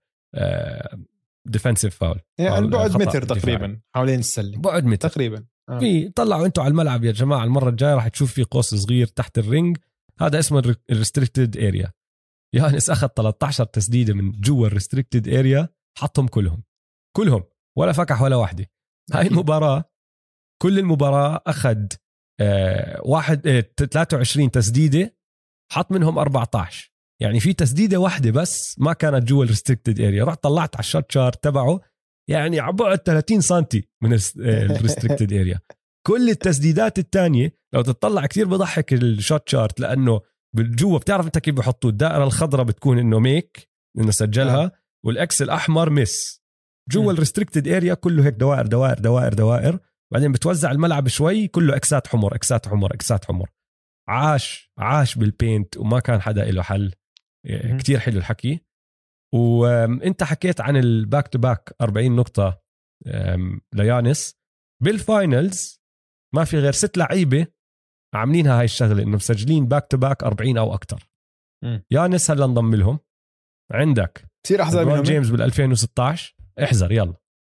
ديفنسيف فاول. يعني بعد متر تقريبا حوالين السلة، بعد متر تقريبا. آه. في طلعوا انتوا على الملعب يا جماعة، المرة الجاية راح تشوف في قوس صغير تحت الرينج، هذا اسمه الريستريكتد اريا. يانس أخذ ثلاثة عشر تسديدة من جوا الريستريكتد اريا، حطهم كلهم كلهم ولا فكح ولا واحدة. هاي المباراة كل المباراة أخذ آه واحد آه ثلاثة وعشرين تسديدة، حط منهم أربعة عشر. يعني في تسديدة واحدة بس ما كانت جوا الريستريكتد اريا. رحت طلعت على الشوت شارت تبعه، يعني عبعد ثلاثين سنتي من الريستريكتد اريا. كل التسديدات التانية لو تطلع كتير بضحك الشوت شارت، لأنه بالجوا بتعرف انت كيف بحطوا الدائرة الخضراء بتكون انه ميك انه سجلها آه. والاكس الأحمر مس. جوا الريستريكتد اريا كله هيك دوائر دوائر دوائر دوائر، بعدين بتوزع الملعب شوي كله اكسات حمر اكسات حمر اكسات حمر. عاش عاش بالبينت وما كان حدا له حل. كتير حلو الحكي. وانت حكيت عن الباك تو باك أربعين نقطة ليانس بالفاينلز، ما في غير ست لعيبة عاملينها هاي الشغلة، انه مسجلين باك تو باك أربعين او اكتر. يانس هلا انضم لهم. عندك بصير احذر منهم جيمس بال ألفين وستة عشر، احذر يلا.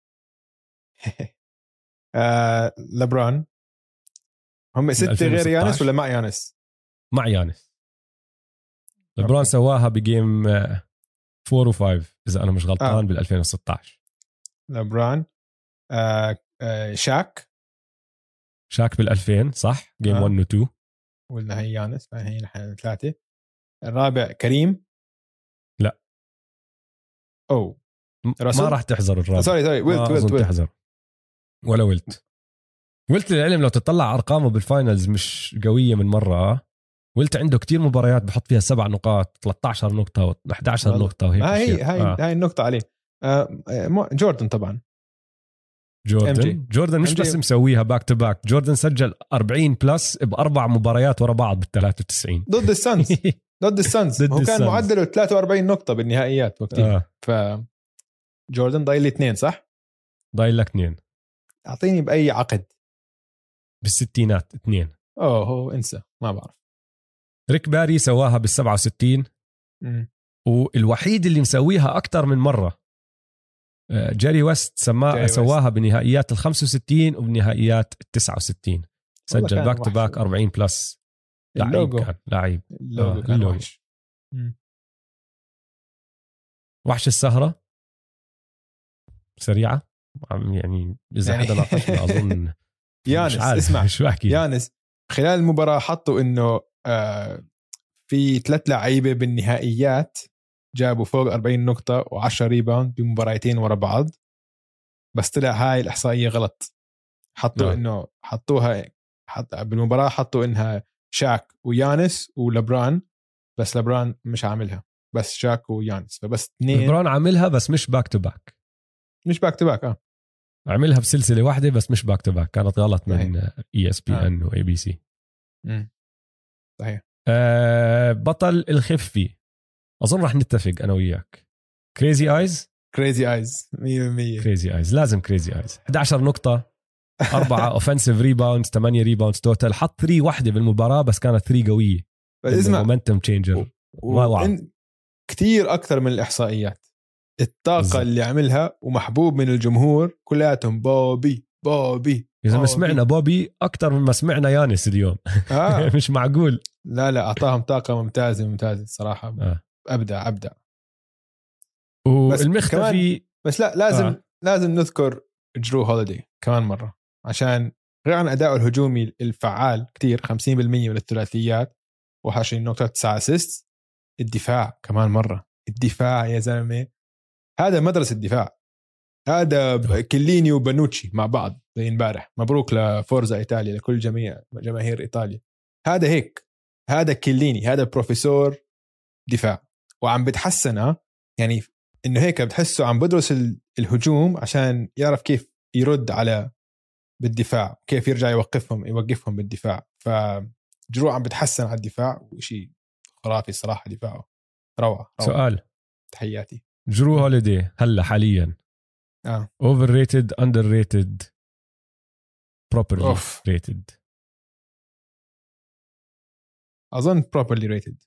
آه، لبران. هم ستة غير يانس ولا مع يانس؟ مع يانس. لبران أوكي. سواها بجيم فور وفايف إذا أنا مش غلطان. آه. بال ألفين وستة عشر لبران. آه آه شاك شاك بالألفين صح. جيم آه. واحد و تو. قلنا هي يانس، فهي نحن ثلاثة. الرابع كريم. لا أو رسول؟ ما راح تحذر الرابع. سوري سوري ولت ولت ولت تحذر ولا ولت ولت للعلم لو تطلع أرقامه بالفاينلز مش قوية من مرة. ولت عنده كتير مباريات بحط فيها سبع نقاط ثلاثة عشر نقطة وأحد عشر نقطة وهيك. هاي هاي آه. هاي النقطة عليه. آه جوردن طبعا. جوردن جوردن مش بس مسويها باك تو باك. جوردن سجل أربعين بلس بأربع مباريات ورا بعض بال ثلاثة وتسعين ضد السانز. ضد السانز هو كان السنز. معدله ثلاثة وأربعين نقطة بالنهائيات وقتها. آه. ف جوردن ضايل لي اثنين صح؟ ضايل لك اثنين. أعطيني بأي عقد بالستينات اثنين. أوه هو انسى ما بعرف. ريك باري سواها بالسبعة وستين. م. والوحيد اللي مسويها أكتر من مرة جيري ويست سما سواها بنهائيات ال خمسة وستين وبنهائيات ال تسعة وستين. سجل باك تو باك أربعين بلس. لعيب كان لعيب. اللوجو آه. كان وحش. وحش السهرة سريعة يعني إذا يعني حدا ناقشنا أظن يانس. اسمع شو أحكي. يانس خلال المباراة حطوا إنه آه في ثلاث لعيبة بالنهائيات جابوا فوق أربعين نقطة وعشرة ريباوند بمباراتين ورا بعض، بس طلع هاي الإحصائية غلط. حطوا نعم. إنه حطوها حط بالمباراة حطوا إنها شاك ويانس ولبران، بس لبران مش عاملها، بس شاك ويانس. فبس اثنين. لبران عاملها بس مش باك تو باك. مش باك تو باك. اه عملها بسلسلة واحدة بس مش باك تو باك. كانت غلط من اي اس بي ان واي بي سي. صحيح. آه بطل الخفي أظن رح نتفق أنا وياك. كريزي آيز. كريزي آيز مية بالمية. كريزي آيز لازم كريزي آيز. أحد عشر نقطة أربعة أوفنسيف ريباوندز ثمانية ريباوندز توتال. حط ثري واحدة بالمباراة بس كانت ثري قوية. اسمع مومنتم تشينجر كتير أكثر من الإحصائيات. الطاقة بالزبط. اللي عملها ومحبوب من الجمهور كلياتهم. بوبي بوبي إذا ما سمعنا بوبي أكتر من ما سمعنا يانس اليوم. آه. مش معقول. لا لا أعطاهم طاقة ممتازة ممتازة الصراحة. آه. أبدع أبدع. والمختفي بس لا لازم آه. لازم نذكر جرو هوليدي كمان مرة، عشان غير عن أداؤه الهجومي الفعال كتير خمسين بالمية من الثلاثيات واحد وعشرين نقطة تسعة أسيست. الدفاع كمان مرة. الدفاع يا زلمة هذا مدرسة الدفاع. هذا كليني وبنوتشي مع بعض زي امبارح. مبروك لفورزا إيطاليا، لكل جميع جماهير إيطاليا. هذا هيك. هذا كليني، هذا بروفيسور دفاع وعم بتحسن. يعني إنه هيك بتحسه عم بدرس الهجوم عشان يعرف كيف يرد على بالدفاع، كيف يرجع يوقفهم يوقفهم بالدفاع. فجرو عم بتحسن على الدفاع وشيء خرافي صراحة. دفاعه روعة, روعة. سؤال تحياتي. جرو هوليدي هلا حاليا اه اوفر ريتد اندر ريتد بروبرلي ريتد؟ اظن بروبرلي ريتد،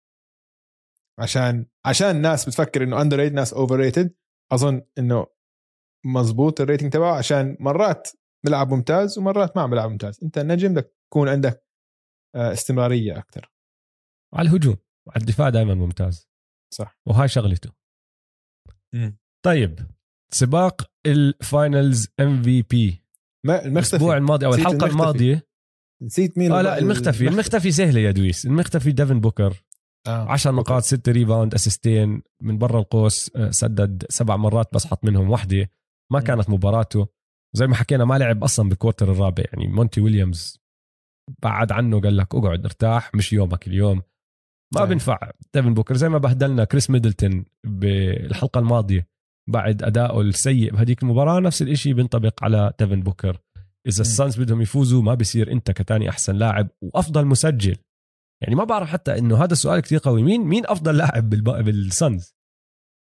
عشان عشان الناس بتفكر انه اندر ريتد ناس اوفر ريتد. اظن انه مزبوط الريتنج تبعه، عشان مرات بلعب ممتاز ومرات ما عم بلعب ممتاز. انت النجم بدك تكون عندك استمرارية اكثر على الهجوم. على الدفاع دائما ممتاز صح، وهاي شغلته. م. طيب سباق الفاينلز ام في بي الاسبوع الماضي او الحلقه الماضيه نسيت مين. آه لا المختفي. المختفي سهله يا دويس. المختفي ديفن بوكر آه. عشر نقاط ستة ريباوند اسيستين من برا القوس. سدد سبع مرات بس حط منهم واحدة. ما كانت مباراته زي ما حكينا. ما لعب أصلا بالكوارتر الرابع. يعني مونتي ويليامز بعد عنه قال لك اقعد ارتاح مش يومك اليوم. ما طيب. بنفع ديفن بوكر زي ما بهدلنا كريس ميدلتون بالحلقة الماضية بعد أدائه السيء بهديك المباراة. نفس الاشي بينطبق على ديفن بوكر. إذا السانز بدهم يفوزوا ما بيصير أنت كتاني أحسن لاعب وأفضل مسجل. يعني ما بعرف حتى إنه هذا السؤال كتير قوي. مين مين أفضل لاعب بالسانز؟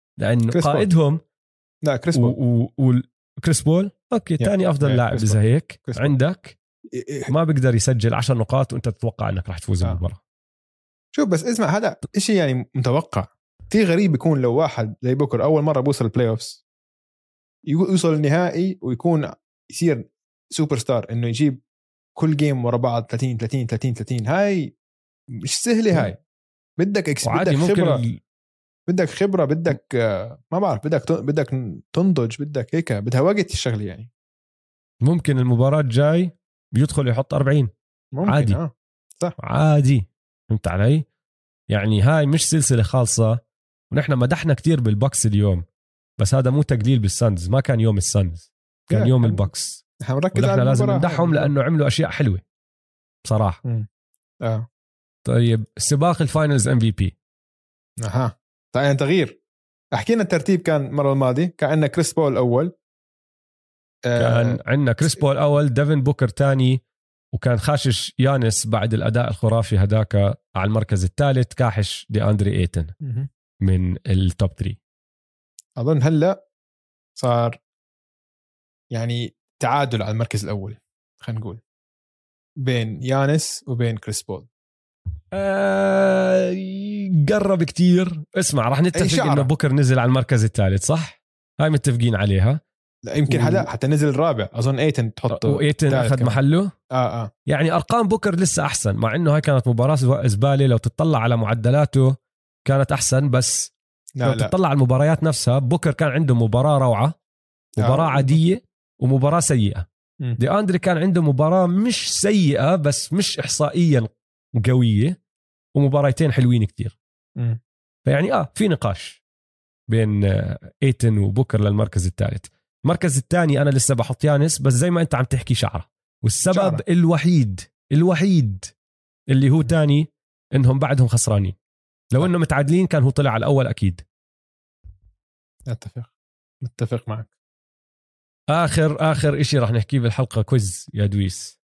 لأن قائدهم لا كريس بول وكريس بول أوكي تاني أفضل لاعب إذا هيك عندك ما بيقدر يسجل عشر نقاط وأنت تتوقع أنك راح تفوز آه. المباراة. شوف بس اسمع هذا إشي يعني متوقع. في غريب يكون لو واحد زي بوكر أول مرة بوصل البلاي أوفس يوصل النهائي ويكون يصير سوبر ستار إنه يجيب كل جيم ورا بعض ثلاثين ثلاثين ثلاثين ثلاثين هاي مش سهلة. هاي بدك إكس بدك خبرة ال... بدك خبرة بدك ما بعرف بدك بدك تنضج بدك هيك بدها وقت الشغلة يعني. ممكن المباراة الجاي بيدخل يحط أربعين ممكن عادي آه. صح عادي. فهمت علي؟ يعني هاي مش سلسلة خالصة. ونحن مدحنا كتير بالبوكس اليوم بس هذا مو تقليل بالسانز. ما كان يوم السانز كان يوم البوكس. ونحن لازم ندحهم لأنه عملوا أشياء حلوة بصراحة. آه. طيب سباق الفاينلز ام في بي. اها طيب تغيير. احكينا الترتيب كان المره الماضيه كان عندنا كريس بول اول كان آه عندنا كريس بول اول ديفن بوكر تاني وكان خاشش يانس بعد الاداء الخرافي هداك على المركز الثالث كاحش دي اندري ايتن من التوب ثلاثة. اظن هلا صار يعني تعادل على المركز الاول خلينا نقول بين يانس وبين كريس بول. آه قرب كتير. اسمع راح نتفق انه بوكر نزل على المركز الثالث صح. هاي متفقين عليها. لا يمكن هلا و... حتى نزل الرابع اظن ايتن تحطه وايتن اخذ كمان. محله اه اه يعني ارقام بوكر لسه احسن مع انه هاي كانت مباراه زباله. لو تطلع على معدلاته كانت احسن بس لا لو لا. تطلع على المباريات نفسها بوكر كان عنده مباراه روعه مباراه آه. عاديه ومباراه سيئه. م. دي اندري كان عنده مباراه مش سيئه بس مش احصائيا قويه ومباراتين حلوين كتير. م. فيعني اه في نقاش بين ايتن وبوكر للمركز الثالث. المركز الثاني انا لسه بحط يانس بس زي ما انت عم تحكي شعره. والسبب شعرة. الوحيد الوحيد اللي هو تاني انهم بعدهم خسرانين. لو انه متعادلين كان هو طلع على الاول اكيد. اتفق متفق معك. اخر اخر اشي راح نحكيه بالحلقه كويز يا دويس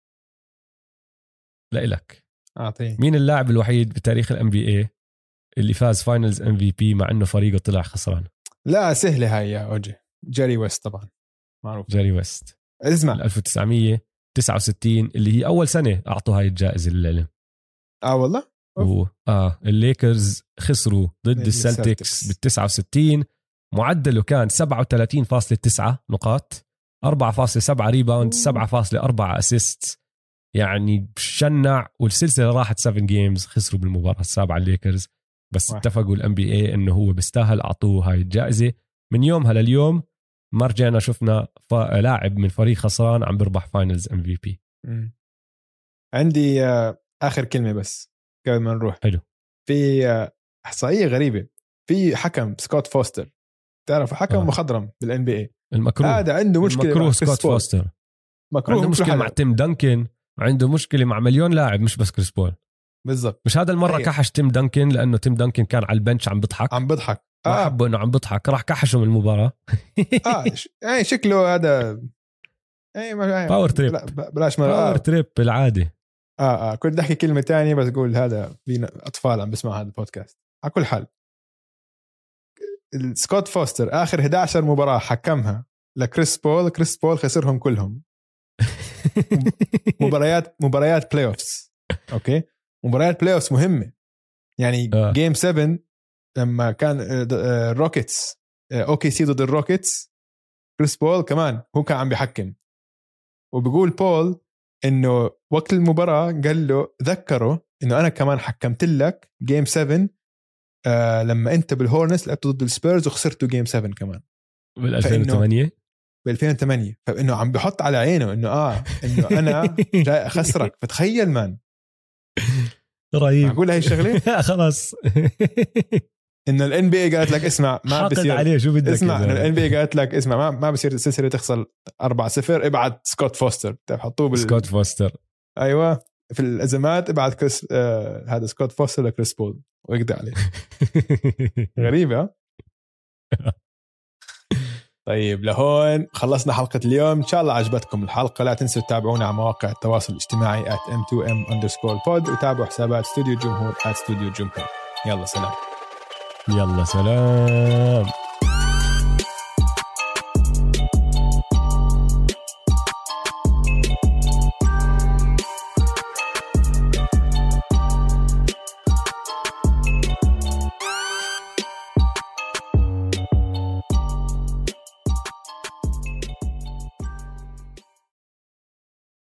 لإلك. اعطيني مين اللاعب الوحيد بتاريخ الام بي اي اللي فاز فاينلز ام في بي مع انه فريقه طلع خسران؟ لا سهله هاي يا اوجي. جيري ويست طبعا معروف. جيري ويست اسمع ألف وتسعمية وتسعة وستين اللي هي اول سنه اعطوا هاي الجائزه للعلم. اه والله و... اه الليكرز خسروا ضد السلتكس بال تسعة وستين. معدله كان سبعة وثلاثين فاصلة تسعة نقاط أربعة فاصلة سبعة ريباوند سبعة فاصلة أربعة اسيست يعني شنع. والسلسله راحت سبعة جيمز خسروا بالمباراه السابعه الليكرز بس واحد. اتفقوا الام بي اي انه هو بيستاهل اعطوه هاي الجائزه. من يومها لليوم ما رجعنا شفنا ف... لاعب من فريق خسران عم بربح فاينلز ام في بي. عندي اخر كلمه بس قبل ما نروح. حلو. في احصائيه غريبه. في حكم سكوت فوستر تعرف حكم آه. مخضرم بالان بي اي المكروه. هذا عنده مشكله مكروه سكوت فوستر. مكروه عنده مشكله مع تيم دانكن. عنده مشكله مع مليون لاعب مش بس كريس بول. بالضبط. مش هذا المره أيه. كحش تيم دانكن لانه تيم دانكن كان على البنش عم بضحك عم بضحك ما آه. حبه انه عم بضحك راح كحشه من المباراه. اه يعني شكله هذا اي ما باور تريب. بلاش مرة باور آه. تريب بالعاده. اه اه كنت احكي كلمه تانية بس اقول هذا في اطفال عم بسمع هذا البودكاست. على كل حال سكوت فوستر اخر إحدى عشرة مباراه حكمها لكريس بول. كريس بول خسرهم كلهم. مباريات مباريات بلاي اوفز. اوكي مباريات بلاي اوفز مهمه يعني آه. جيم سبعة لما كان الروكيتس اوكي سي ضد الروكيتس كريس بول كمان هو كان عم بيحكم. وبيقول بول انه وقت المباراه قال له ذكره انه انا كمان حكمت لك جيم سبعة آه لما انت بالهورنس لعبت ضد السبيرز وخسرتوا جيم سبعة كمان بال ألفين وثمانية بال ألفين وثمانية. فانه عم بحط على عينه انه اه انه انا جاي اخسرك. فتخيل مان رهيب. اقول هاي الشغله خلاص انه الان بي اي قالت لك اسمع ما بصير عليه شو بدك اسمع انه الان بي اي قالت لك اسمع ما ما بصير السلسله تخسر أربعة صفر. ابعت سكوت فوستر حطوه بال سكوت فوستر. ايوه في الازمات ابعت كريس آه هذا سكوت فوستر لكريس بول ويقضي عليه. غريبه. طيب لهون خلصنا حلقة اليوم. إن شاء الله عجبتكم الحلقة. لا تنسوا تتابعونا على مواقع التواصل الاجتماعي at إم تو إم underscore pod وتابعوا حسابات استوديو جمهور at استوديو جمهور. يلا سلام. يلا سلام.